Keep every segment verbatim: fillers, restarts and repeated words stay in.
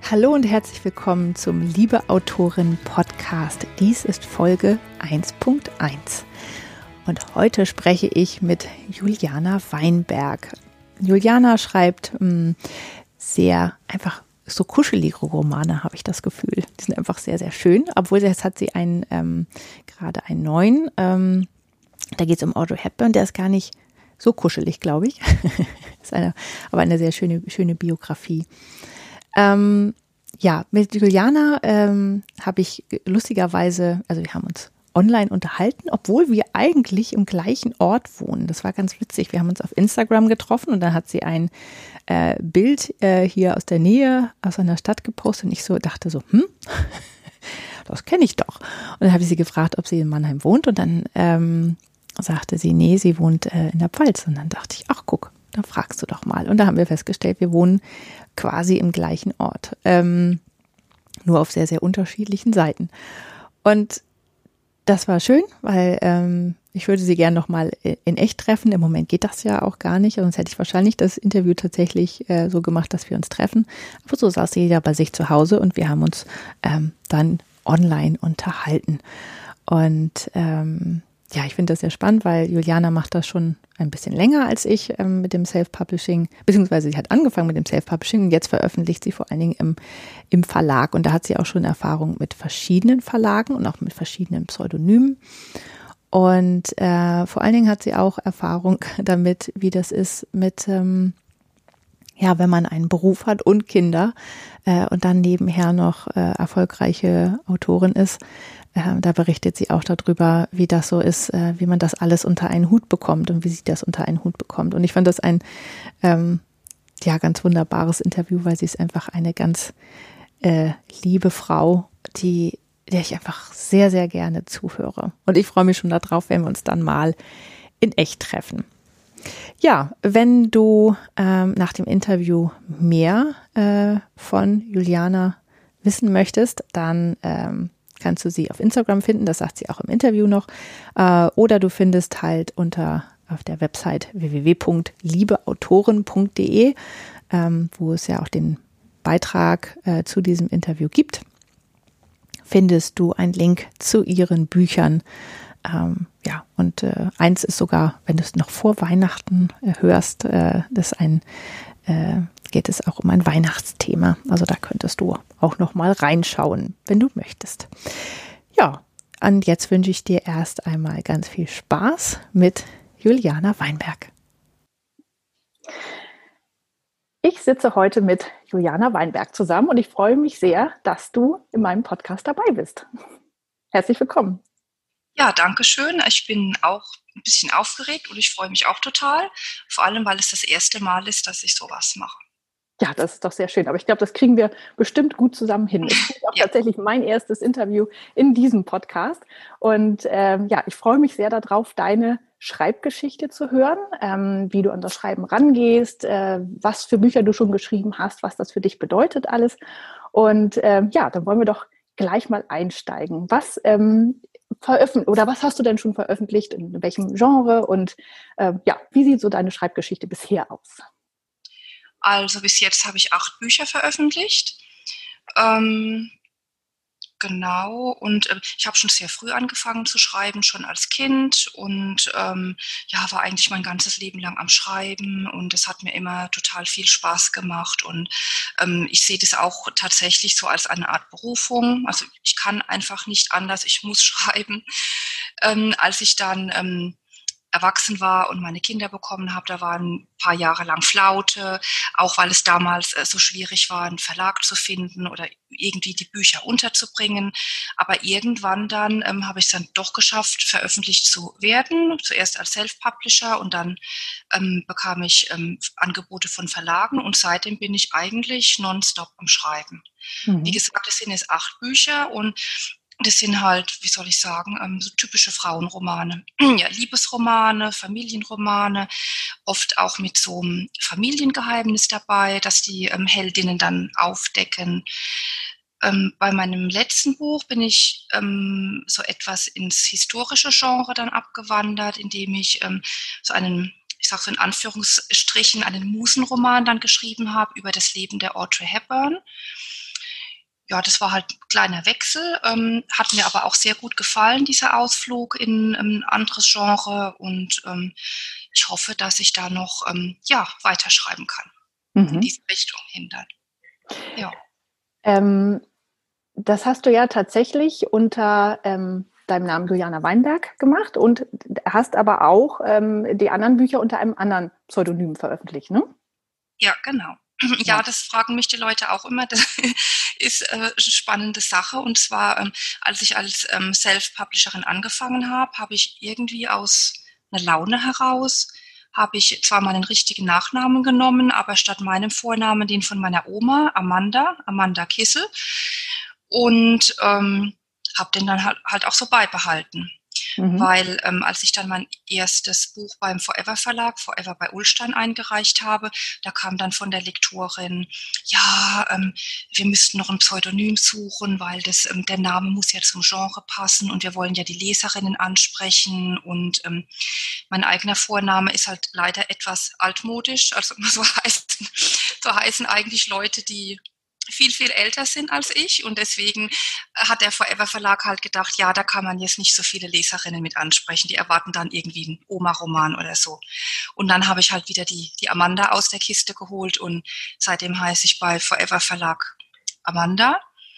Hallo und herzlich willkommen zum Liebe Autorin Podcast. Dies ist Folge eins Punkt eins. Und heute spreche ich mit Juliana Weinberg. Juliana schreibt mh, sehr einfach so kuschelige Romane, habe ich das Gefühl. Die sind einfach sehr, sehr schön. Obwohl jetzt hat sie einen, ähm, gerade einen neuen. Ähm, da geht es um Audrey Hepburn. Der ist gar nicht so kuschelig, glaube ich. Ist eine, aber eine sehr schöne, schöne Biografie. Ähm, ja, mit Juliana ähm, habe ich lustigerweise, also wir haben uns online unterhalten, obwohl wir eigentlich im gleichen Ort wohnen. Das war ganz witzig. Wir haben uns auf Instagram getroffen und dann hat sie ein äh, Bild äh, hier aus der Nähe, aus einer Stadt gepostet und ich so dachte so, hm, das kenne ich doch. Und dann habe ich sie gefragt, ob sie in Mannheim wohnt und dann ähm, sagte sie, nee, sie wohnt äh, in der Pfalz. Und dann dachte ich, ach guck, dann fragst du doch mal. Und da haben wir festgestellt, wir wohnen quasi im gleichen Ort, ähm, nur auf sehr, sehr unterschiedlichen Seiten. Und das war schön, weil ähm, ich würde sie gerne noch mal in echt treffen. Im Moment geht das ja auch gar nicht, sonst hätte ich wahrscheinlich das Interview tatsächlich äh, so gemacht, dass wir uns treffen. Aber so saß jeder bei sich zu Hause und wir haben uns ähm, dann online unterhalten. Und ähm, ja, ich finde das sehr spannend, weil Juliana macht das schon ein bisschen länger als ich ähm, mit dem Self-Publishing, beziehungsweise sie hat angefangen mit dem Self-Publishing und jetzt veröffentlicht sie vor allen Dingen im, im Verlag. Und da hat sie auch schon Erfahrung mit verschiedenen Verlagen und auch mit verschiedenen Pseudonymen. Und äh, vor allen Dingen hat sie auch Erfahrung damit, wie das ist mit, ähm, ja, wenn man einen Beruf hat und Kinder äh, und dann nebenher noch äh, erfolgreiche Autorin ist. Äh, da berichtet sie auch darüber, wie das so ist, äh, wie man das alles unter einen Hut bekommt und wie sie das unter einen Hut bekommt. Und ich fand das ein ähm, ja ganz wunderbares Interview, weil sie ist einfach eine ganz äh, liebe Frau, die der ich einfach sehr, sehr gerne zuhöre. Und ich freue mich schon darauf, wenn wir uns dann mal in echt treffen. Ja, wenn du ähm, nach dem Interview mehr äh, von Juliana wissen möchtest, dann ähm, kannst du sie auf Instagram finden, das sagt sie auch im Interview noch, äh, oder du findest halt unter auf der Website w w w punkt liebe autoren punkt d e, ähm, wo es ja auch den Beitrag äh, zu diesem Interview gibt, findest du einen Link zu ihren Büchern. Ähm, ja, und äh, eins ist sogar, wenn du es noch vor Weihnachten äh, hörst, äh, das ist ein, äh, geht es auch um ein Weihnachtsthema. Also da könntest du auch noch mal reinschauen, wenn du möchtest. Ja, und jetzt wünsche ich dir erst einmal ganz viel Spaß mit Juliana Weinberg. Ich sitze heute mit Juliana Weinberg zusammen und ich freue mich sehr, dass du in meinem Podcast dabei bist. Herzlich willkommen. Ja, danke schön. Ich bin auch ein bisschen aufgeregt und ich freue mich auch total. Vor allem, weil es das erste Mal ist, dass ich sowas mache. Ja, das ist doch sehr schön. Aber ich glaube, das kriegen wir bestimmt gut zusammen hin. Es ist auch ja. tatsächlich mein erstes Interview in diesem Podcast. Und ähm, ja, ich freue mich sehr darauf, deine Schreibgeschichte zu hören, ähm, wie du an das Schreiben rangehst, äh, was für Bücher du schon geschrieben hast, was das für dich bedeutet alles. Und ähm, ja, dann wollen wir doch gleich mal einsteigen. Was ähm, veröffentlicht oder was hast du denn schon veröffentlicht, in welchem Genre und äh, ja, wie sieht so deine Schreibgeschichte bisher aus? Also bis jetzt habe ich acht Bücher veröffentlicht. Ähm, genau, und äh, ich habe schon sehr früh angefangen zu schreiben, schon als Kind und ähm, ja, war eigentlich mein ganzes Leben lang am Schreiben und es hat mir immer total viel Spaß gemacht und ähm, ich sehe das auch tatsächlich so als eine Art Berufung. Also ich kann einfach nicht anders, ich muss schreiben. Ähm, als ich dann ähm, erwachsen war und meine Kinder bekommen habe, da waren ein paar Jahre lang Flaute, auch weil es damals äh, so schwierig war, einen Verlag zu finden oder irgendwie die Bücher unterzubringen. Aber irgendwann dann ähm, habe ich es dann doch geschafft, veröffentlicht zu werden, zuerst als Self-Publisher und dann ähm, bekam ich ähm, Angebote von Verlagen und seitdem bin ich eigentlich nonstop am Schreiben. Mhm. Wie gesagt, es sind jetzt acht Bücher und das sind halt, wie soll ich sagen, ähm, so typische Frauenromane. Ja, Liebesromane, Familienromane, oft auch mit so einem Familiengeheimnis dabei, dass die ähm, Heldinnen dann aufdecken. Ähm, bei meinem letzten Buch bin ich ähm, so etwas ins historische Genre dann abgewandert, indem ich ähm, so einen, ich sage so in Anführungsstrichen, einen Musenroman dann geschrieben habe über das Leben der Audrey Hepburn. ja, das war halt ein kleiner Wechsel, ähm, hat mir aber auch sehr gut gefallen, dieser Ausflug in ein anderes Genre und ähm, ich hoffe, dass ich da noch ähm, ja, weiterschreiben kann in Mhm. diese Richtung hin dann. Ja. Ähm, das hast du ja tatsächlich unter ähm, deinem Namen Juliana Weinberg gemacht und hast aber auch ähm, die anderen Bücher unter einem anderen Pseudonym veröffentlicht, ne? Ja, genau. Ja, Ja. das fragen mich die Leute auch immer. Das ist äh, eine spannende Sache. Und zwar, ähm, als ich als ähm, Self-Publisherin angefangen habe, habe ich irgendwie aus einer Laune heraus, habe ich zwar meinen richtigen Nachnamen genommen, aber statt meinem Vornamen den von meiner Oma, Amanda, Amanda Kissel. Und ähm, habe den dann halt, halt auch so beibehalten. Mhm. Weil ähm, als ich dann mein erstes Buch beim Forever Verlag, Forever bei Ullstein eingereicht habe, da kam dann von der Lektorin, ja, ähm, wir müssten noch ein Pseudonym suchen, weil das, ähm, der Name muss ja zum Genre passen und wir wollen ja die Leserinnen ansprechen und ähm, mein eigener Vorname ist halt leider etwas altmodisch, also so heißen, so heißen eigentlich Leute, die viel, viel älter sind als ich und deswegen hat der Forever Verlag halt gedacht, ja, da kann man jetzt nicht so viele Leserinnen mit ansprechen, die erwarten dann irgendwie einen Oma-Roman oder so. Und dann habe ich halt wieder die, die Amanda aus der Kiste geholt und seitdem heiße ich bei Forever Verlag Amanda.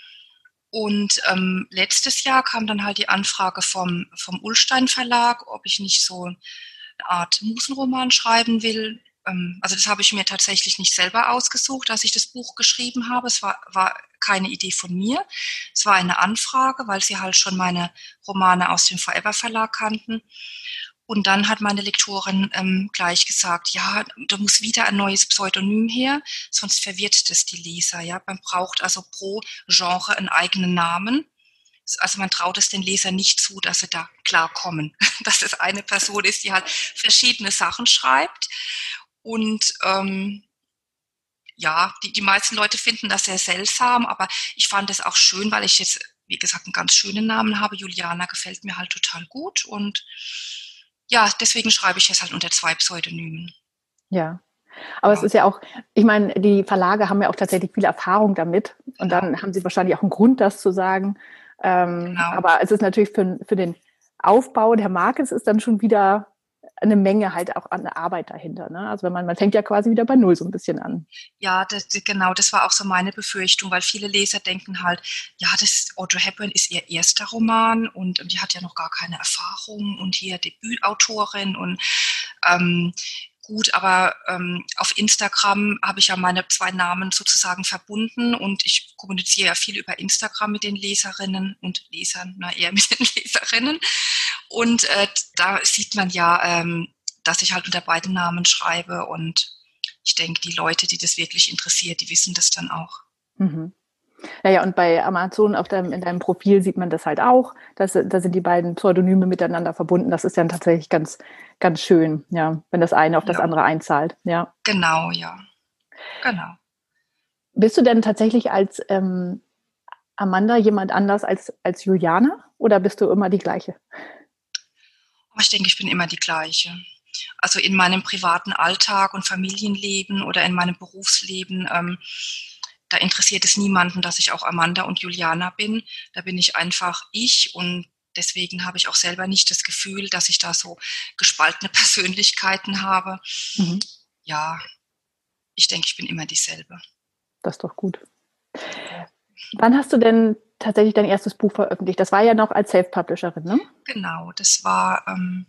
Und ähm, letztes Jahr kam dann halt die Anfrage vom, vom Ullstein Verlag, ob ich nicht so eine Art Musenroman schreiben will. Ähm, also das habe ich mir tatsächlich nicht selber ausgesucht, als ich das Buch geschrieben habe. Es war, war keine Idee von mir. Es war eine Anfrage, weil sie halt schon meine Romane aus dem Forever Verlag kannten. Und dann hat meine Lektorin ähm, gleich gesagt, ja, da muss wieder ein neues Pseudonym her, sonst verwirrt das die Leser. Ja? Man braucht also pro Genre einen eigenen Namen. Also man traut es den Lesern nicht zu, dass sie da klarkommen, dass es eine Person ist, die halt verschiedene Sachen schreibt. Und ähm, ja, die, die meisten Leute finden das sehr seltsam, aber ich fand es auch schön, weil ich jetzt, wie gesagt, einen ganz schönen Namen habe. Juliana gefällt mir halt total gut und ja, deswegen schreibe ich es halt unter zwei Pseudonymen. Ja. Aber es Ja, ist ja auch, ich meine, die Verlage haben ja auch tatsächlich viel Erfahrung damit und genau, dann haben sie wahrscheinlich auch einen Grund, das zu sagen. Ähm, genau. aber es ist natürlich für, für den Aufbau der Marke, es ist dann schon wieder eine Menge halt auch an der Arbeit dahinter. Ne? Also wenn man, man fängt ja quasi wieder bei Null so ein bisschen an. Ja, das, genau, das war auch so meine Befürchtung, weil viele Leser denken halt, ja, das Audrey Hepburn ist ihr erster Roman und, und die hat ja noch gar keine Erfahrung und hier Debütautorin und ähm, gut, aber ähm, auf Instagram habe ich ja meine zwei Namen sozusagen verbunden und ich kommuniziere ja viel über Instagram mit den Leserinnen und Lesern, na eher mit den Leserinnen. Und äh, da sieht man ja, ähm, dass ich halt unter beiden Namen schreibe und ich denke, die Leute, die das wirklich interessiert, die wissen das dann auch. Mhm. Naja, und bei Amazon auf deinem, in deinem Profil sieht man das halt auch. Das, da sind die beiden Pseudonyme miteinander verbunden. Das ist dann tatsächlich ganz, ganz schön, ja, wenn das eine auf das Ja, andere einzahlt. Ja. genau, ja, genau. Bist du denn tatsächlich als ähm, Amanda jemand anders als, als Juliane oder bist du immer die gleiche? Aber ich denke, ich bin immer die gleiche. Also in meinem privaten Alltag und Familienleben oder in meinem Berufsleben, ähm, da interessiert es niemanden, dass ich auch Amanda und Juliana bin. Da bin ich einfach ich und deswegen habe ich auch selber nicht das Gefühl, dass ich da so gespaltene Persönlichkeiten habe. Mhm. Ja, ich denke, ich bin immer dieselbe. Das ist doch gut. Wann hast du denn tatsächlich dein erstes Buch veröffentlicht? Das war ja noch als Self-Publisherin, ne? Genau, das war ähm,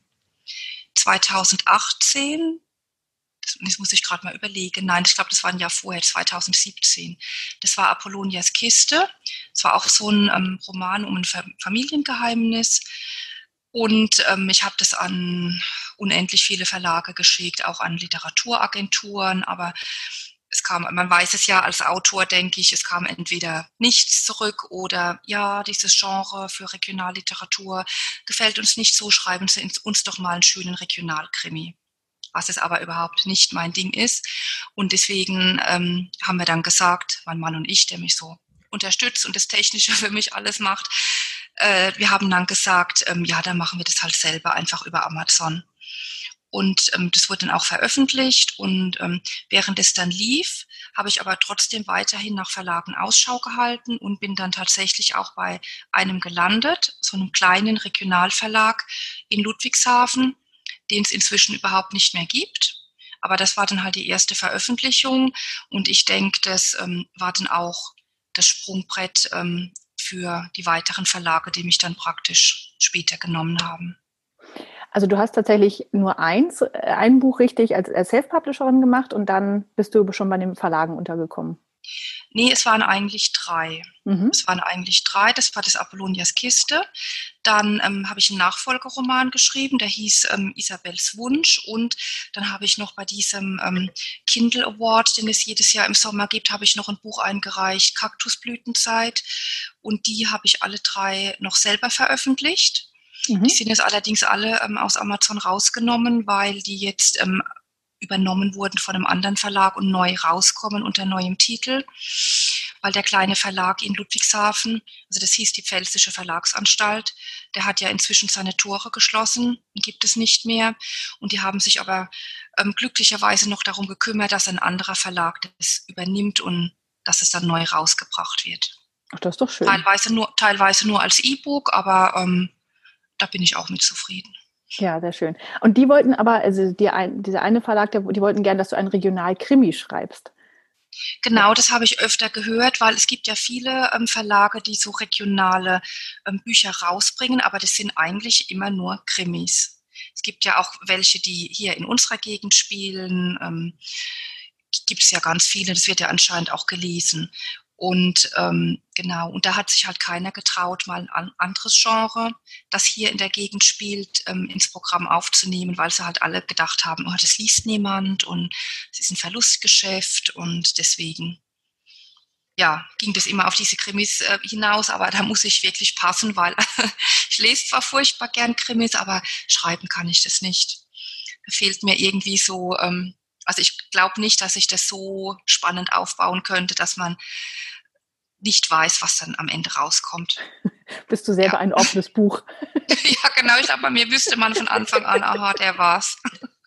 zweitausendachtzehn. Das muss ich gerade mal überlegen. Nein, ich glaube, das war ein Jahr vorher, zweitausendsiebzehn. Das war Apollonias Kiste. Es war auch so ein ähm, Roman um ein Familiengeheimnis. Und ähm, ich habe das an unendlich viele Verlage geschickt, auch an Literaturagenturen. Aber es kam, man weiß es ja als Autor, denke ich, es kam entweder nichts zurück oder ja, dieses Genre für Regionalliteratur gefällt uns nicht so, schreiben Sie uns doch mal einen schönen Regionalkrimi, was es aber überhaupt nicht mein Ding ist. Und deswegen ähm, haben wir dann gesagt, mein Mann und ich, der mich so unterstützt und das Technische für mich alles macht, äh, wir haben dann gesagt, ähm, ja, dann machen wir das halt selber einfach über Amazon. Und ähm, das wurde dann auch veröffentlicht. Und ähm, während es dann lief, habe ich aber trotzdem weiterhin nach Verlagen Ausschau gehalten und bin dann tatsächlich auch bei einem gelandet, so einem kleinen Regionalverlag in Ludwigshafen, den es inzwischen überhaupt nicht mehr gibt. Aber das war dann halt die erste Veröffentlichung. Und ich denke, das ähm, war dann auch das Sprungbrett ähm, für die weiteren Verlage, die mich dann praktisch später genommen haben. Also du hast tatsächlich nur eins, ein Buch richtig als, als Self-Publisherin gemacht und dann bist du schon bei den Verlagen untergekommen. Nee, es waren eigentlich drei. Mhm. Es waren eigentlich drei. Das war das Apollonias Kiste. Dann ähm, habe ich einen Nachfolgeroman geschrieben, der hieß ähm, Isabels Wunsch. Und dann habe ich noch bei diesem ähm, Kindle Award, den es jedes Jahr im Sommer gibt, habe ich noch ein Buch eingereicht, Kaktusblütenzeit. Und die habe ich alle drei noch selber veröffentlicht. Mhm. Die sind jetzt allerdings alle ähm, aus Amazon rausgenommen, weil die jetzt ähm, übernommen wurden von einem anderen Verlag und neu rauskommen unter neuem Titel. Weil der kleine Verlag in Ludwigshafen, also das hieß die Pfälzische Verlagsanstalt, der hat ja inzwischen seine Tore geschlossen, gibt es nicht mehr. Und die haben sich aber ähm, glücklicherweise noch darum gekümmert, dass ein anderer Verlag das übernimmt und dass es dann neu rausgebracht wird. Ach, das ist doch schön. Teilweise nur, teilweise nur als E-Book, aber ähm, da bin ich auch mit zufrieden. Ja, sehr schön. Und die wollten aber, also die ein, dieser eine Verlag, der, die wollten gern, dass du einen Regional-Krimi schreibst. Genau, das habe ich öfter gehört, weil es gibt ja viele ähm, Verlage, die so regionale ähm, Bücher rausbringen, aber das sind eigentlich immer nur Krimis. Es gibt ja auch welche, die hier in unserer Gegend spielen, ähm, gibt es ja ganz viele, das wird ja anscheinend auch gelesen. Und ähm, genau, und da hat sich halt keiner getraut, mal ein anderes Genre, das hier in der Gegend spielt, ähm, ins Programm aufzunehmen, weil sie halt alle gedacht haben, oh, das liest niemand und es ist ein Verlustgeschäft und deswegen, ja, ging das immer auf diese Krimis äh, hinaus, aber da muss ich wirklich passen, weil ich lese zwar furchtbar gern Krimis, aber schreiben kann ich das nicht. Da fehlt mir irgendwie so, ähm, also ich glaube nicht, dass ich das so spannend aufbauen könnte, dass man nicht weiß, was dann am Ende rauskommt. Bist du selber Ja. ein offenes Buch? Ja, genau. Ich glaube, bei mir wüsste man von Anfang an, aha, der war's.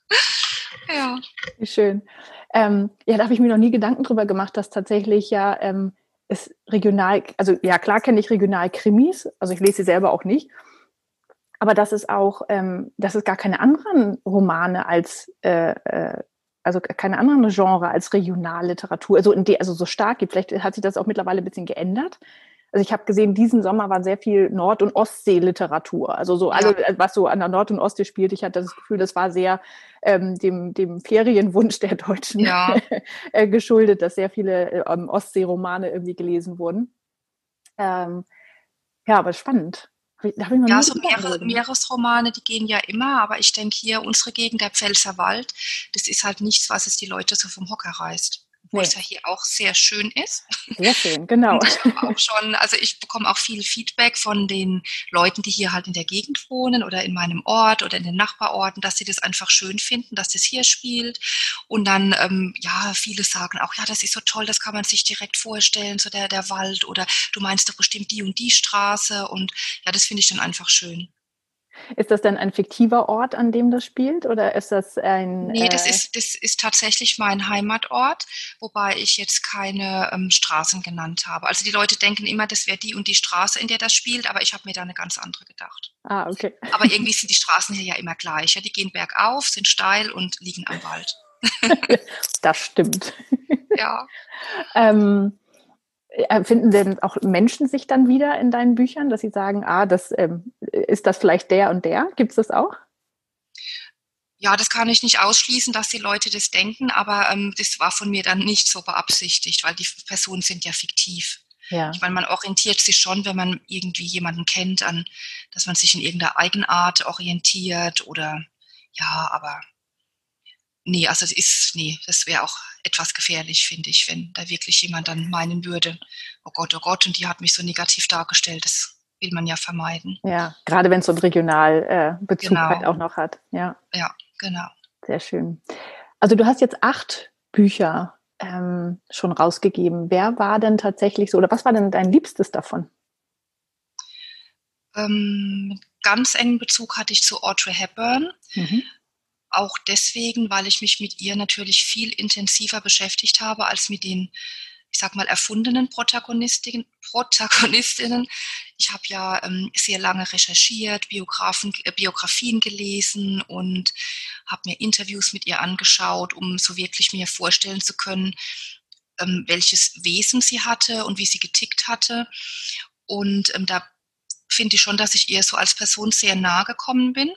Ja. Wie schön. Ähm, ja, da habe ich mir noch nie Gedanken drüber gemacht, dass tatsächlich ja ähm, es regional, also ja, klar kenne ich Regional-Krimis, also ich lese sie selber auch nicht, aber dass es auch, ähm, dass es gar keine anderen Romane als äh, äh, also keine anderen Genre als Regionalliteratur, also, in die, also so stark gibt. Vielleicht hat sich das auch mittlerweile ein bisschen geändert. Also ich habe gesehen, diesen Sommer war sehr viel Nord- und Ostsee-Literatur. Also so alle, Ja. was so an der Nord- und Ostsee spielt. Ich hatte das Gefühl, das war sehr ähm, dem, dem Ferienwunsch der Deutschen Ja. äh, geschuldet, dass sehr viele ähm, Ostsee-Romane irgendwie gelesen wurden. Ähm, ja, aber spannend. Da habe ich noch Ja, nie so Gedanken drüber Meere, gemacht. Meeresromane, die gehen ja immer, aber ich denke hier, unsere Gegend, der Pfälzerwald, das ist halt nichts, was es die Leute so vom Hocker reißt. Obwohl Nee, es ja hier auch sehr schön ist. sehr schön, genau. Und ich habe auch schon, also ich bekomme auch viel Feedback von den Leuten, die hier halt in der Gegend wohnen oder in meinem Ort oder in den Nachbarorten, dass sie das einfach schön finden, dass das hier spielt. Und dann, ähm, ja, viele sagen auch, ja, das ist so toll, das kann man sich direkt vorstellen, so der, der Wald oder du meinst doch bestimmt die und die Straße und ja, das finde ich dann einfach schön. Ist das denn ein fiktiver Ort, an dem das spielt, oder ist das ein... Nee, das Äh, ist, das ist tatsächlich mein Heimatort, wobei ich jetzt keine ähm, Straßen genannt habe. Also die Leute denken immer, das wäre die und die Straße, in der das spielt, aber ich habe mir da eine ganz andere gedacht. ah, okay. Aber irgendwie sind die Straßen hier ja immer gleich. Ja? Die gehen bergauf, sind steil und liegen am Wald. Das stimmt. Ja. ähm, finden denn auch Menschen sich dann wieder in deinen Büchern, dass sie sagen, ah, das ähm, ist das vielleicht der und der? Gibt es das auch? Ja, das kann ich nicht ausschließen, dass die Leute das denken, aber ähm, das war von mir dann nicht so beabsichtigt, weil die Personen sind ja fiktiv. Ja. Ich meine, man orientiert sich schon, wenn man irgendwie jemanden kennt, an, dass man sich in irgendeiner Eigenart orientiert oder ja, aber nee, also es ist, nee, das wäre auch etwas gefährlich, finde ich, wenn da wirklich jemand dann meinen würde, oh Gott, oh Gott, und die hat mich so negativ dargestellt, das will man ja vermeiden. Ja, gerade wenn es so einen Regionalbezug Genau. halt auch noch hat. Ja. Ja, genau. Sehr schön. Also du hast jetzt acht Bücher ähm, schon rausgegeben. Wer war denn tatsächlich so, oder was war denn dein Liebstes davon? Ähm, ganz engen Bezug hatte ich zu Audrey Hepburn. Mhm. Auch deswegen, weil ich mich mit ihr natürlich viel intensiver beschäftigt habe als mit den, ich sag mal, erfundenen Protagonistinnen. Protagonistinnen. Ich habe ja ähm, sehr lange recherchiert, Biografen, äh, Biografien gelesen und habe mir Interviews mit ihr angeschaut, um so wirklich mir vorstellen zu können, ähm, welches Wesen sie hatte und wie sie getickt hatte. Und ähm, da finde ich schon, dass ich ihr so als Person sehr nahe gekommen bin.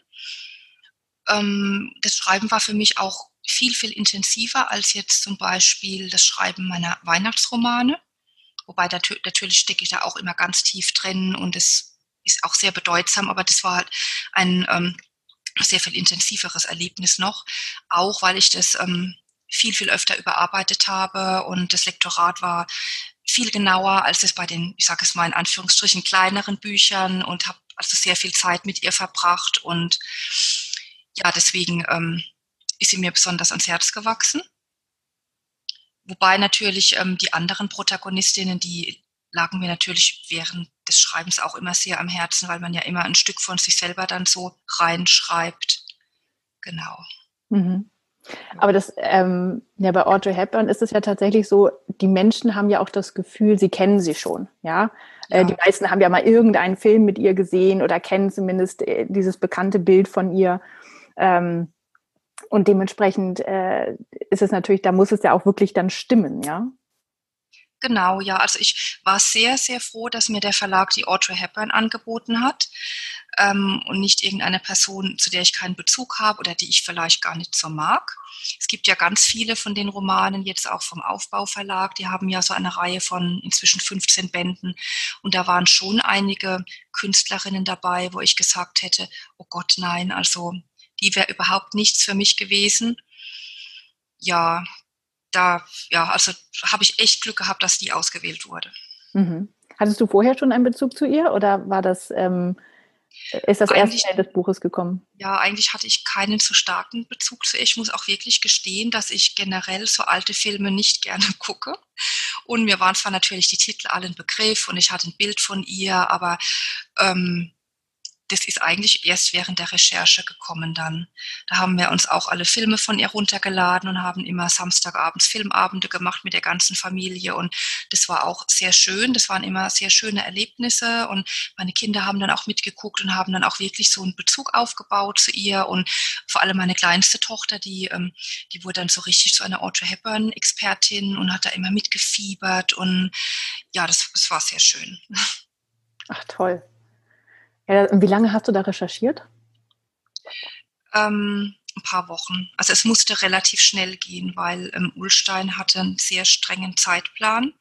Ähm, das Schreiben war für mich auch viel, viel intensiver als jetzt zum Beispiel das Schreiben meiner Weihnachtsromane. Wobei da, natürlich stecke ich da auch immer ganz tief drin und es ist auch sehr bedeutsam, aber das war halt ein ähm, sehr viel intensiveres Erlebnis noch, auch weil ich das ähm, viel, viel öfter überarbeitet habe und das Lektorat war viel genauer als es bei den, ich sage es mal in Anführungsstrichen, kleineren Büchern und habe also sehr viel Zeit mit ihr verbracht und ja, deswegen ähm, ist sie mir besonders ans Herz gewachsen. Wobei natürlich ähm, die anderen Protagonistinnen, die lagen mir natürlich während des Schreibens auch immer sehr am Herzen, weil man ja immer ein Stück von sich selber dann so reinschreibt. Genau. Mhm. Aber das, ähm, ja, bei Audrey Hepburn ist es ja tatsächlich so, die Menschen haben ja auch das Gefühl, sie kennen sie schon, ja. Ja. Äh, die meisten haben ja mal irgendeinen Film mit ihr gesehen oder kennen zumindest äh, dieses bekannte Bild von ihr. Ähm, und dementsprechend äh, ist es natürlich, da muss es ja auch wirklich dann stimmen, ja. Genau, ja. Also ich war sehr, sehr froh, dass mir der Verlag die Audrey Hepburn angeboten hat ähm, und nicht irgendeine Person, zu der ich keinen Bezug habe oder die ich vielleicht gar nicht so mag. Es gibt ja ganz viele von den Romanen, jetzt auch vom Aufbau-Verlag, die haben ja so eine Reihe von inzwischen fünfzehn Bänden und da waren schon einige Künstlerinnen dabei, wo ich gesagt hätte, oh Gott, nein, also die wäre überhaupt nichts für mich gewesen. Ja, da, ja, also habe ich echt Glück gehabt, dass die ausgewählt wurde. Mhm. Hattest du vorher schon einen Bezug zu ihr oder war das, ähm, ist das erst Eigentlich, Teil des Buches gekommen? ja, eigentlich hatte ich keinen so starken Bezug zu ihr. Ich muss auch wirklich gestehen, dass ich generell so alte Filme nicht gerne gucke. Und mir waren zwar natürlich die Titel alle ein Begriff und ich hatte ein Bild von ihr, aber ähm, das ist eigentlich erst während der Recherche gekommen dann. Da haben wir uns auch alle Filme von ihr runtergeladen und haben immer samstagabends Filmabende gemacht mit der ganzen Familie und das war auch sehr schön. Das waren immer sehr schöne Erlebnisse und meine Kinder haben dann auch mitgeguckt und haben dann auch wirklich so einen Bezug aufgebaut zu ihr und vor allem meine kleinste Tochter, die, ähm, die wurde dann so richtig zu einer Audrey Hepburn-Expertin und hat da immer mitgefiebert und ja, das, das war sehr schön. Ach, toll. Ja, und wie lange hast du da recherchiert? Ähm, ein paar Wochen. Also es musste relativ schnell gehen, weil ähm, Ullstein hatte einen sehr strengen Zeitplan.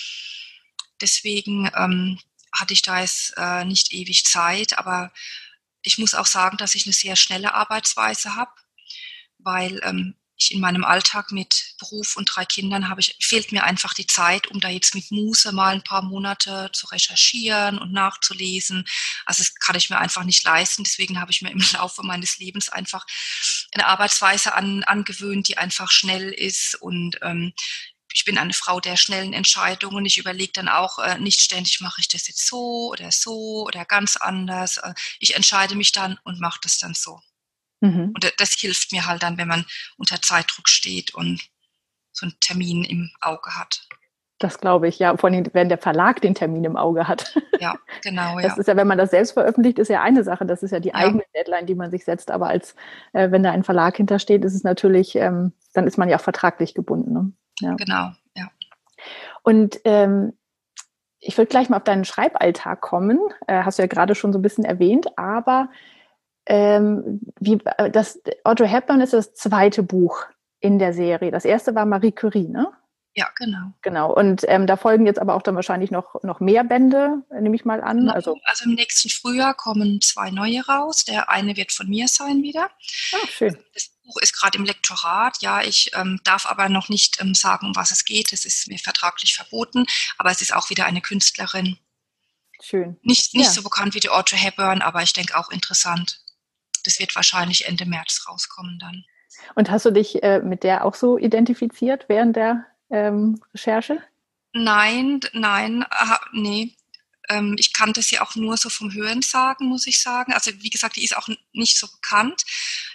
Deswegen ähm, hatte ich da jetzt äh, nicht ewig Zeit, aber ich muss auch sagen, dass ich eine sehr schnelle Arbeitsweise habe, weil ähm, ich in meinem Alltag mit Beruf und drei Kindern habe ich, fehlt mir einfach die Zeit, um da jetzt mit Muße mal ein paar Monate zu recherchieren und nachzulesen. Also das kann ich mir einfach nicht leisten. Deswegen habe ich mir im Laufe meines Lebens einfach eine Arbeitsweise an, angewöhnt, die einfach schnell ist und ähm, ich bin eine Frau der schnellen Entscheidungen. Ich überlege dann auch äh, nicht ständig, mache ich das jetzt so oder so oder ganz anders. Äh, ich entscheide mich dann und mache das dann so. Mhm. Und das hilft mir halt dann, wenn man unter Zeitdruck steht und so einen Termin im Auge hat. Das glaube ich, ja. Vor allem, wenn der Verlag den Termin im Auge hat. Ja, genau, Das ja. ist ja, wenn man das selbst veröffentlicht, ist ja eine Sache. Das ist ja die Ja. eigene Deadline, die man sich setzt. Aber als äh, wenn da ein Verlag hintersteht, ist es natürlich, ähm, dann ist man ja auch vertraglich gebunden. Ne? Ja. Genau, ja. Und ähm, ich würde gleich mal auf deinen Schreiballtag kommen. Äh, hast du ja gerade schon so ein bisschen erwähnt. Aber ähm, wie, das Audrey Hepburn ist das zweite Buch in der Serie. Das erste war Marie Curie, ne? Ja, genau. Genau. Und ähm, da folgen jetzt aber auch dann wahrscheinlich noch, noch mehr Bände, nehme ich mal an. Genau. Also, Also im nächsten Frühjahr kommen zwei neue raus. Der eine wird von mir sein wieder. ah, schön. Das Buch ist gerade im Lektorat. Ja, ich ähm, darf aber noch nicht ähm, sagen, um was es geht. Das ist mir vertraglich verboten. Aber es ist auch wieder eine Künstlerin. Schön. Nicht, nicht Ja. so bekannt wie die Audrey Hepburn, aber ich denke auch interessant. Das wird wahrscheinlich Ende März rauskommen dann. Und hast du dich äh, mit der auch so identifiziert während der ähm, Recherche? Nein, nein, aha, nee. Ähm, ich kannte sie auch nur so vom Hörensagen, muss ich sagen. Also wie gesagt, die ist auch nicht so bekannt.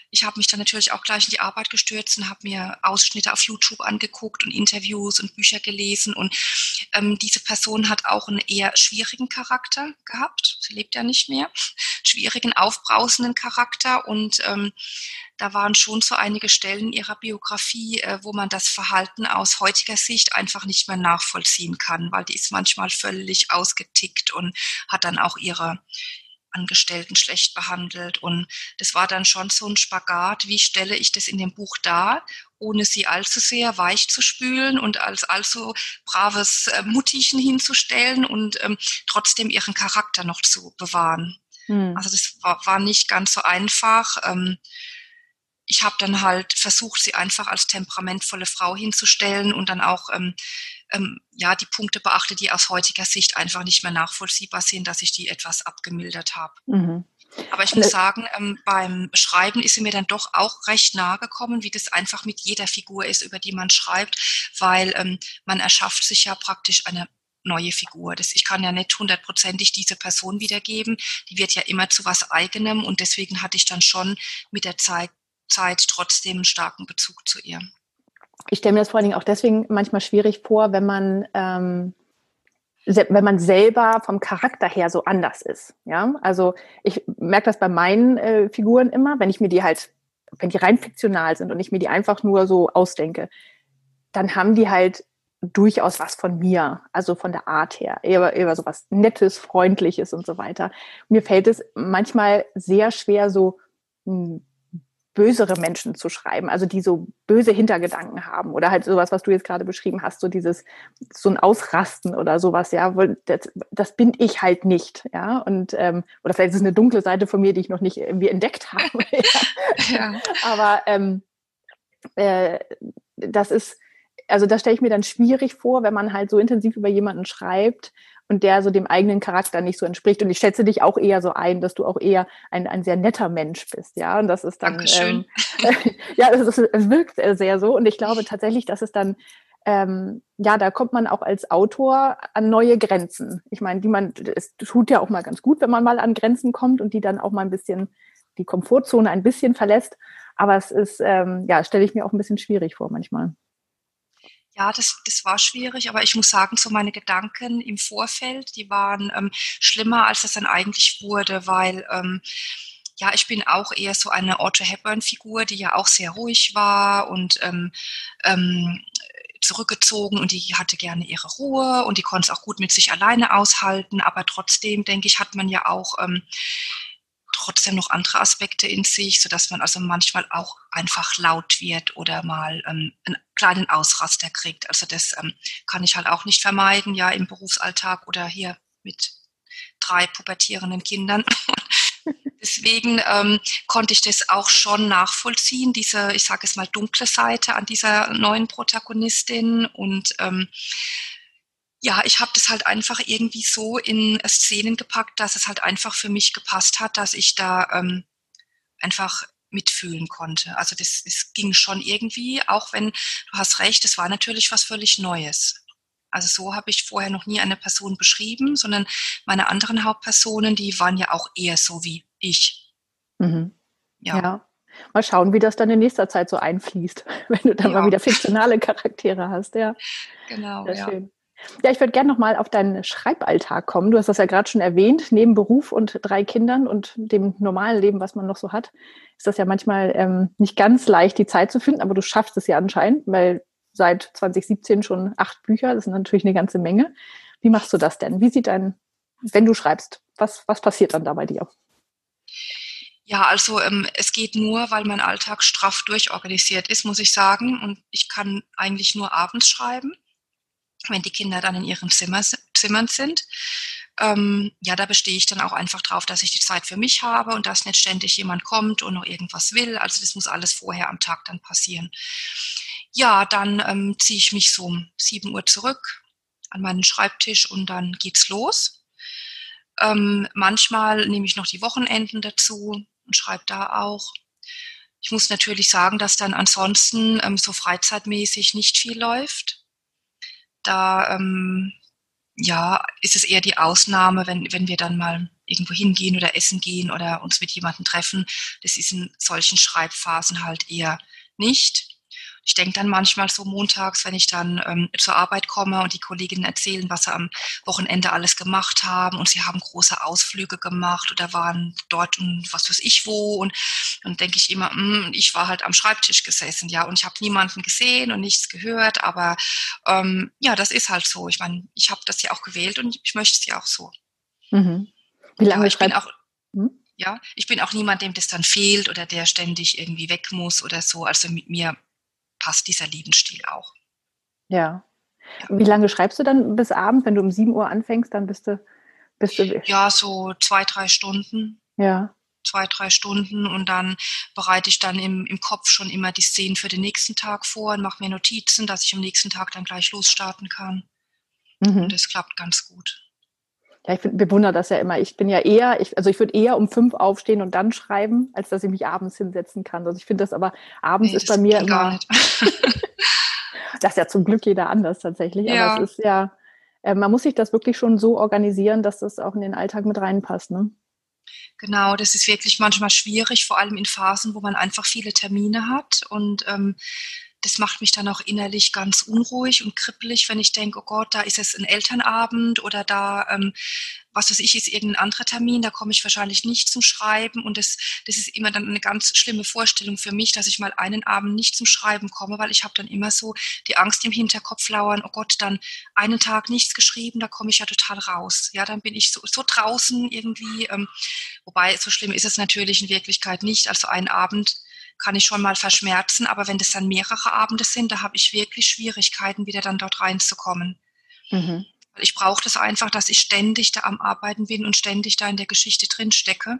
ich habe mich dann natürlich auch gleich in die Arbeit gestürzt und habe mir Ausschnitte auf YouTube angeguckt und Interviews und Bücher gelesen. Und ähm, diese Person hat auch einen eher schwierigen Charakter gehabt. Sie lebt ja nicht mehr. Schwierigen, aufbrausenden Charakter. Und ähm, da waren schon so einige Stellen in ihrer Biografie, äh, wo man das Verhalten aus heutiger Sicht einfach nicht mehr nachvollziehen kann, weil die ist manchmal völlig ausgetickt und hat dann auch ihre Angestellten schlecht behandelt. Und das war dann schon so ein Spagat, wie stelle ich das in dem Buch dar, ohne sie allzu sehr weich zu spülen und als allzu braves äh, Muttchen hinzustellen und ähm, trotzdem ihren Charakter noch zu bewahren. Hm. Also das war, war nicht ganz so einfach. Ähm, ich habe dann halt versucht, sie einfach als temperamentvolle Frau hinzustellen und dann auch ähm, ähm, ja, die Punkte beachtet, die aus heutiger Sicht einfach nicht mehr nachvollziehbar sind, dass ich die etwas abgemildert habe. Mhm. Aber ich muss sagen, ähm, beim Schreiben ist sie mir dann doch auch recht nahe gekommen, wie das einfach mit jeder Figur ist, über die man schreibt, weil ähm, man erschafft sich ja praktisch eine neue Figur. Das, ich kann ja nicht hundertprozentig diese Person wiedergeben, die wird ja immer zu was Eigenem und deswegen hatte ich dann schon mit der Zeit, Zeit trotzdem einen starken Bezug zu ihr. Ich stelle mir das vor allen Dingen auch deswegen manchmal schwierig vor, wenn man, ähm, se- wenn man selber vom Charakter her so anders ist. Ja, also ich merke das bei meinen äh, Figuren immer, wenn ich mir die halt, wenn die rein fiktional sind und ich mir die einfach nur so ausdenke, dann haben die halt durchaus was von mir, also von der Art her, eher, eher so was Nettes, Freundliches und so weiter. Mir fällt es manchmal sehr schwer, so mh, bösere Menschen zu schreiben, also die so böse Hintergedanken haben oder halt sowas, was du jetzt gerade beschrieben hast, so dieses, so ein Ausrasten oder sowas, ja, das, das bin ich halt nicht, ja, und ähm, oder vielleicht ist es eine dunkle Seite von mir, die ich noch nicht irgendwie entdeckt habe, ja. Ja. Aber ähm, äh, das ist, also das stelle ich mir dann schwierig vor, wenn man halt so intensiv über jemanden schreibt und der so dem eigenen Charakter nicht so entspricht. Und ich schätze dich auch eher so ein, dass du auch eher ein, ein sehr netter Mensch bist, ja. Und das ist dann, Dankeschön. Ähm, ja, es, ist, es wirkt sehr so. Und ich glaube tatsächlich, dass es dann, ähm, ja, da kommt man auch als Autor an neue Grenzen. Ich meine, die man, es tut ja auch mal ganz gut, wenn man mal an Grenzen kommt und die dann auch mal ein bisschen, die Komfortzone ein bisschen verlässt. Aber es ist, ähm, ja, stelle ich mir auch ein bisschen schwierig vor manchmal. Ja, das, das war schwierig, aber ich muss sagen, so meine Gedanken im Vorfeld, die waren ähm, schlimmer, als es dann eigentlich wurde, weil ähm, ja, ich bin auch eher so eine Audrey Hepburn-Figur, die ja auch sehr ruhig war und ähm, ähm, zurückgezogen und die hatte gerne ihre Ruhe und die konnte es auch gut mit sich alleine aushalten, aber trotzdem, denke ich, hat man ja auch ähm, trotzdem noch andere Aspekte in sich, sodass man also manchmal auch einfach laut wird oder mal ähm, einen kleinen Ausraster kriegt. Also das ähm, kann ich halt auch nicht vermeiden, ja, im Berufsalltag oder hier mit drei pubertierenden Kindern. Deswegen ähm, konnte ich das auch schon nachvollziehen, diese, ich sage es mal, dunkle Seite an dieser neuen Protagonistin und ähm, ja, ich habe das halt einfach irgendwie so in Szenen gepackt, dass es halt einfach für mich gepasst hat, dass ich da ähm, einfach mitfühlen konnte. Also das, das ging schon irgendwie, auch wenn, du hast recht, es war natürlich was völlig Neues. Also so habe ich vorher noch nie eine Person beschrieben, sondern meine anderen Hauptpersonen, die waren ja auch eher so wie ich. Mhm. Ja. ja. Mal schauen, wie das dann in nächster Zeit so einfließt, wenn du dann ja. mal wieder fiktionale Charaktere hast. Ja, genau. Sehr ja. schön. Ja, ich würde gerne nochmal auf deinen Schreiballtag kommen. Du hast das ja gerade schon erwähnt, neben Beruf und drei Kindern und dem normalen Leben, was man noch so hat, ist das ja manchmal ähm, nicht ganz leicht, die Zeit zu finden, aber du schaffst es ja anscheinend, weil seit zwanzig siebzehn schon acht Bücher, das ist natürlich eine ganze Menge. Wie machst du das denn? Wie sieht dein, wenn du schreibst, was, was passiert dann da bei dir? Ja, also ähm, es geht nur, weil mein Alltag straff durchorganisiert ist, muss ich sagen. Und ich kann eigentlich nur abends schreiben, wenn die Kinder dann in ihren Zimmer, Zimmern sind. Ähm, ja, da bestehe ich dann auch einfach drauf, dass ich die Zeit für mich habe und dass nicht ständig jemand kommt und noch irgendwas will. Also das muss alles vorher am Tag dann passieren. Ja, dann ähm, ziehe ich mich so um sieben Uhr zurück an meinen Schreibtisch und dann geht's los. Ähm, manchmal nehme ich noch die Wochenenden dazu und schreibe da auch. Ich muss natürlich sagen, dass dann ansonsten ähm, so freizeitmäßig nicht viel läuft. Da ähm, ja, ist es eher die Ausnahme, wenn, wenn wir dann mal irgendwo hingehen oder essen gehen oder uns mit jemandem treffen. Das ist in solchen Schreibphasen halt eher nicht. Ich denke dann manchmal so montags, wenn ich dann ähm, zur Arbeit komme und die Kolleginnen erzählen, was sie am Wochenende alles gemacht haben und sie haben große Ausflüge gemacht oder waren dort und was weiß ich wo und dann denke ich immer, mh, ich war halt am Schreibtisch gesessen, ja, und ich habe niemanden gesehen und nichts gehört, aber ähm, ja, das ist halt so. Ich meine, ich habe das ja auch gewählt und ich möchte es ja auch so. Mhm. Wie lange Ja, ich bin schreibst auch hm? ja, ich bin auch niemand, dem das dann fehlt oder der ständig irgendwie weg muss oder so. Also mit mir passt dieser Lebensstil auch. Ja. Ja, Wie lange schreibst du dann bis abends? Wenn du um sieben Uhr anfängst, dann bist du, bist du, ja so zwei, drei Stunden. ja. Zwei, drei Stunden und dann bereite ich dann im, im Kopf schon immer die Szenen für den nächsten Tag vor und mache mir Notizen, dass ich am nächsten Tag dann gleich losstarten kann. Und Mhm. das klappt ganz gut. Ja, ich find, bewundere das ja immer. Ich bin ja eher, ich, also ich würde eher um fünf aufstehen und dann schreiben, als dass ich mich abends hinsetzen kann. Also ich finde das aber, abends Nee, ist bei das mir ging gar immer, nicht. das ist ja zum Glück jeder anders tatsächlich, aber es Ja, ist ja, äh, man muss sich das wirklich schon so organisieren, dass das auch in den Alltag mit reinpasst, ne? genau, das ist wirklich manchmal schwierig, vor allem in Phasen, wo man einfach viele Termine hat. Und ähm, das macht mich dann auch innerlich ganz unruhig und kribbelig, wenn ich denke, oh Gott, da ist es ein Elternabend oder da, ähm, was weiß ich, ist irgendein anderer Termin, da komme ich wahrscheinlich nicht zum Schreiben. Und das, das ist immer dann eine ganz schlimme Vorstellung für mich, dass ich mal einen Abend nicht zum Schreiben komme, weil ich habe dann immer so die Angst im Hinterkopf lauern, oh Gott, dann einen Tag nichts geschrieben, da komme ich ja total raus. Ja, dann bin ich so, so draußen irgendwie. Ähm, wobei, so schlimm ist es natürlich in Wirklichkeit nicht. Also einen Abend kann ich schon mal verschmerzen, aber wenn das dann mehrere Abende sind, da habe ich wirklich Schwierigkeiten, wieder dann dort reinzukommen. Mhm. Ich brauche das einfach, dass ich ständig da am Arbeiten bin und ständig da in der Geschichte drin stecke.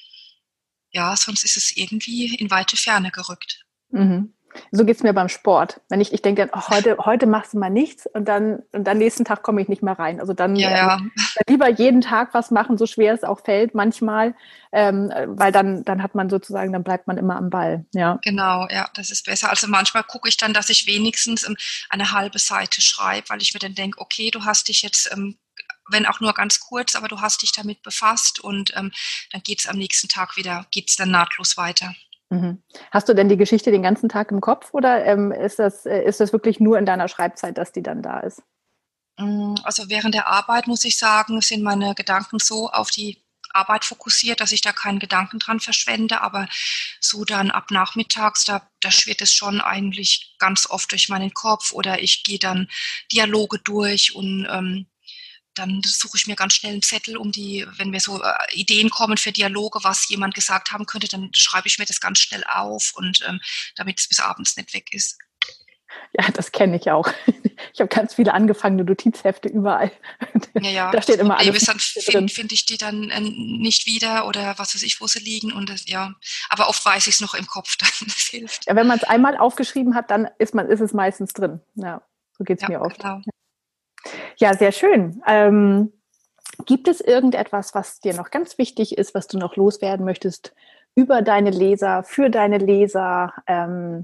Ja, sonst ist es irgendwie in weite Ferne gerückt. Mhm. So geht's mir beim Sport. Wenn ich, ich denke dann, oh, heute, heute machst du mal nichts und dann, und dann nächsten Tag komme ich nicht mehr rein. Also dann, Ja, ähm, ja, dann lieber jeden Tag was machen, so schwer es auch fällt manchmal, ähm, weil dann, dann hat man sozusagen, dann bleibt man immer am Ball. Ja. genau, ja, das ist besser. Also manchmal gucke ich dann, dass ich wenigstens ähm, eine halbe Seite schreibe, weil ich mir dann denke, okay, du hast dich jetzt, ähm, wenn auch nur ganz kurz, aber du hast dich damit befasst und ähm, dann geht's am nächsten Tag wieder, geht's dann nahtlos weiter. Mhm. Hast du denn die Geschichte den ganzen Tag im Kopf oder ähm, ist das, äh, ist das wirklich nur in deiner Schreibzeit, dass die dann da ist? Mm, Also während der Arbeit, muss ich sagen, sind meine Gedanken so auf die Arbeit fokussiert, dass ich da keinen Gedanken dran verschwende. Aber so dann ab nachmittags, da, da schwirrt es schon eigentlich ganz oft durch meinen Kopf oder ich gehe dann Dialoge durch und ähm, dann suche ich mir ganz schnell einen Zettel, um die, wenn mir so äh, Ideen kommen für Dialoge, was jemand gesagt haben könnte, dann schreibe ich mir das ganz schnell auf und ähm, damit es bis abends nicht weg ist. Ja, das kenne ich auch. Ich habe ganz viele angefangene Notizhefte überall. Ja, ja, Da das steht immer Problem alles ist, dann drin. finde find ich die dann äh, nicht wieder oder was weiß ich, wo sie liegen und das, ja. Aber oft weiß ich es noch im Kopf, dann das hilft. Ja, wenn man es einmal aufgeschrieben hat, dann ist, man, ist es meistens drin. Ja, so geht es Ja, mir oft. genau. Ja, sehr schön. Ähm, gibt es irgendetwas, was dir noch ganz wichtig ist, was du noch loswerden möchtest über deine Leser, für deine Leser? Ähm,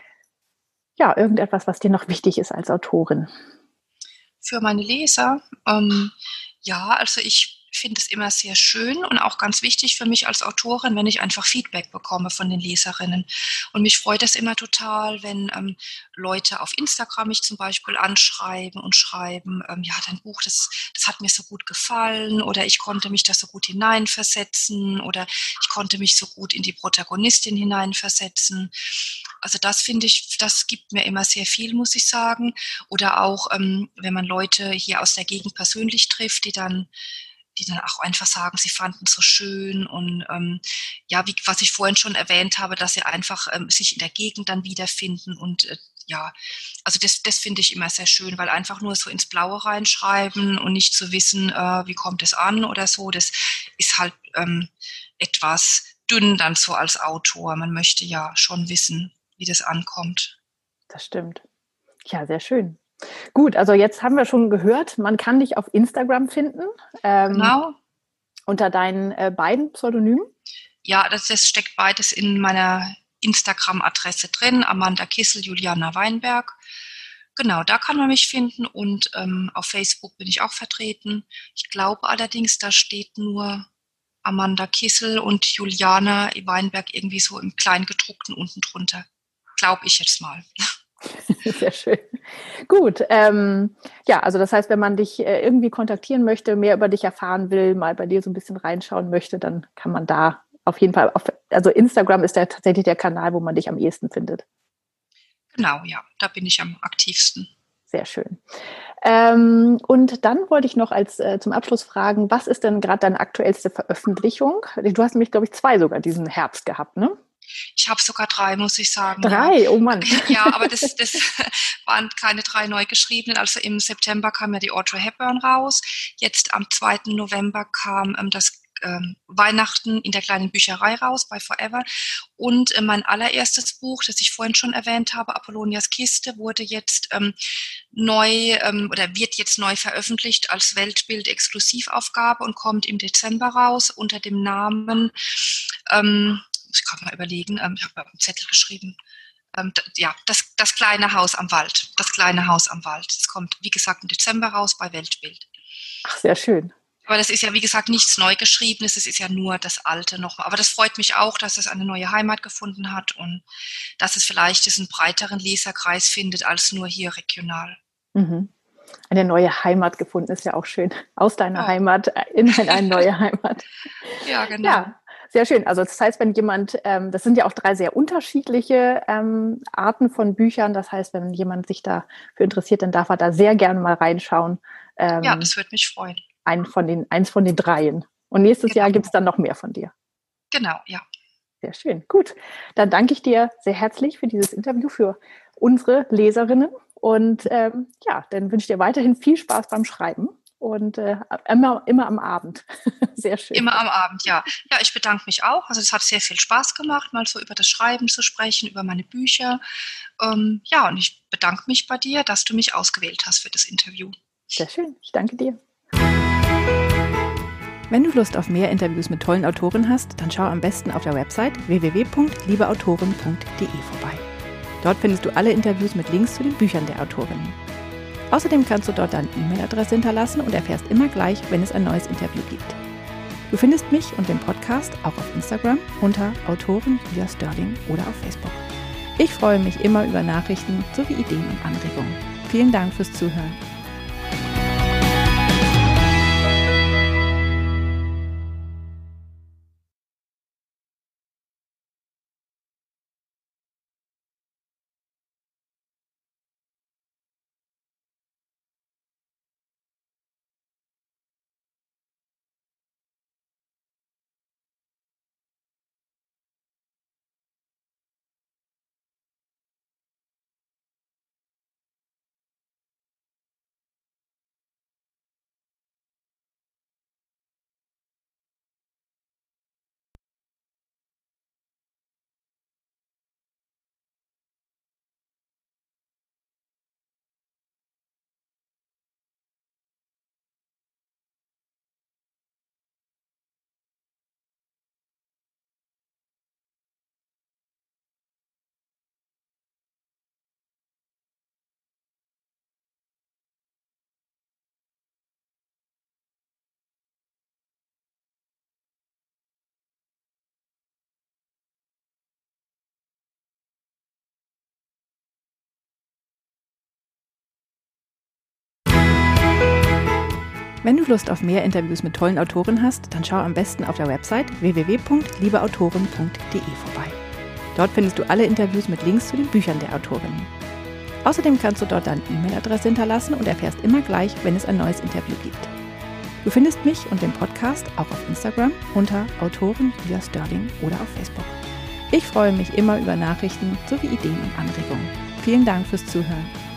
ja, irgendetwas, was dir noch wichtig ist als Autorin? Für meine Leser, ähm, ja, also ich finde es immer sehr schön und auch ganz wichtig für mich als Autorin, wenn ich einfach Feedback bekomme von den Leserinnen. Und mich freut es immer total, wenn ähm, Leute auf Instagram mich zum Beispiel anschreiben und schreiben, ähm, ja, dein Buch, das, das hat mir so gut gefallen oder ich konnte mich da so gut hineinversetzen oder ich konnte mich so gut in die Protagonistin hineinversetzen. Also das finde ich, das gibt mir immer sehr viel, muss ich sagen. Oder auch, ähm, wenn man Leute hier aus der Gegend persönlich trifft, die dann die dann auch einfach sagen, sie fanden es so schön und ähm, ja, wie, was ich vorhin schon erwähnt habe, dass sie einfach ähm, sich in der Gegend dann wiederfinden und äh, ja, also das, das finde ich immer sehr schön, weil einfach nur so ins Blaue reinschreiben und nicht zu wissen, äh, wie kommt es an oder so, das ist halt ähm, etwas dünn dann so als Autor. Man möchte ja schon wissen, wie das ankommt. Das stimmt. Ja, sehr schön. Gut, also jetzt haben wir schon gehört, man kann dich auf Instagram finden, ähm, Genau. unter deinen äh, beiden Pseudonymen. Ja, das, das steckt beides in meiner Instagram-Adresse drin, Amanda Kissel, Juliana Weinberg. Genau, da kann man mich finden und ähm, auf Facebook bin ich auch vertreten. Ich glaube allerdings, da steht nur Amanda Kissel und Juliana Weinberg irgendwie so im Kleingedruckten unten drunter. Glaube ich jetzt mal. Sehr schön. Gut. Ähm, ja, also das heißt, wenn man dich äh, irgendwie kontaktieren möchte, mehr über dich erfahren will, mal bei dir so ein bisschen reinschauen möchte, dann kann man da auf jeden Fall, auf, also Instagram ist ja tatsächlich der Kanal, wo man dich am ehesten findet. Genau, ja, da bin ich am aktivsten. Sehr schön. Ähm, und dann wollte ich noch als äh, zum Abschluss fragen, was ist denn gerade deine aktuellste Veröffentlichung? Du hast nämlich, glaube ich, zwei sogar diesen Herbst gehabt, ne? Ich habe sogar drei, muss ich sagen. Drei? Ja. Oh Mann. Ja, aber das, das waren keine drei neu geschriebenen. Also im September kam ja die Audrey Hepburn raus. Jetzt am zweiten November kam ähm, das ähm, Weihnachten in der kleinen Bücherei raus, bei Forever. Und äh, mein allererstes Buch, das ich vorhin schon erwähnt habe, Apollonias Kiste, wurde jetzt ähm, neu ähm, oder wird jetzt neu veröffentlicht als Weltbild-Exklusivaufgabe und kommt im Dezember raus unter dem Namen ähm, ich kann mal überlegen, ähm, ich habe einen Zettel geschrieben, ähm, d- ja, das, das kleine Haus am Wald, das kleine Haus am Wald. Das kommt, wie gesagt, im Dezember raus bei Weltbild. Ach, sehr schön. Aber das ist ja, wie gesagt, nichts Neugeschriebenes, es ist ja nur das Alte nochmal. Aber das freut mich auch, dass es eine neue Heimat gefunden hat und dass es vielleicht diesen breiteren Leserkreis findet, als nur hier regional. Mhm. Eine neue Heimat gefunden ist ja auch schön. Aus deiner Ja. Heimat in eine neue Heimat. Ja, genau. Ja, sehr schön. Also das heißt, wenn jemand, ähm, das sind ja auch drei sehr unterschiedliche ähm, Arten von Büchern. Das heißt, wenn jemand sich dafür interessiert, dann darf er da sehr gerne mal reinschauen. Ähm, Ja, das würde mich freuen. ein von den, eins von den dreien. Und nächstes Genau. Jahr gibt es dann noch mehr von dir. Genau, ja. Sehr schön. Gut. Dann danke ich dir sehr herzlich für dieses Interview, für unsere Leserinnen. Und ähm, ja, dann wünsche ich dir weiterhin viel Spaß beim Schreiben. Und äh, immer, immer am Abend. Sehr schön. Immer am Abend, ja. Ja, ich bedanke mich auch. Also es hat sehr viel Spaß gemacht, mal so über das Schreiben zu sprechen, über meine Bücher. Ähm, ja, und ich bedanke mich bei dir, dass du mich ausgewählt hast für das Interview. Sehr schön. Ich danke dir. Wenn du Lust auf mehr Interviews mit tollen Autoren hast, dann schau am besten auf der Website w w w punkt liebeautoren punkt d e vorbei. Dort findest du alle Interviews mit Links zu den Büchern der Autorinnen. Außerdem kannst du dort deine E-Mail-Adresse hinterlassen und erfährst immer gleich, wenn es ein neues Interview gibt. Du findest mich und den Podcast auch auf Instagram unter Autorin Julia Sterling oder auf Facebook. Ich freue mich immer über Nachrichten sowie Ideen und Anregungen. Vielen Dank fürs Zuhören. Wenn du Lust auf mehr Interviews mit tollen Autoren hast, dann schau am besten auf der Website w w w punkt liebeautoren punkt d e vorbei. Dort findest du alle Interviews mit Links zu den Büchern der Autorinnen. Außerdem kannst du dort deine E-Mail-Adresse hinterlassen und erfährst immer gleich, wenn es ein neues Interview gibt. Du findest mich und den Podcast auch auf Instagram unter Autorin Julia Sterling oder auf Facebook. Ich freue mich immer über Nachrichten sowie Ideen und Anregungen. Vielen Dank fürs Zuhören.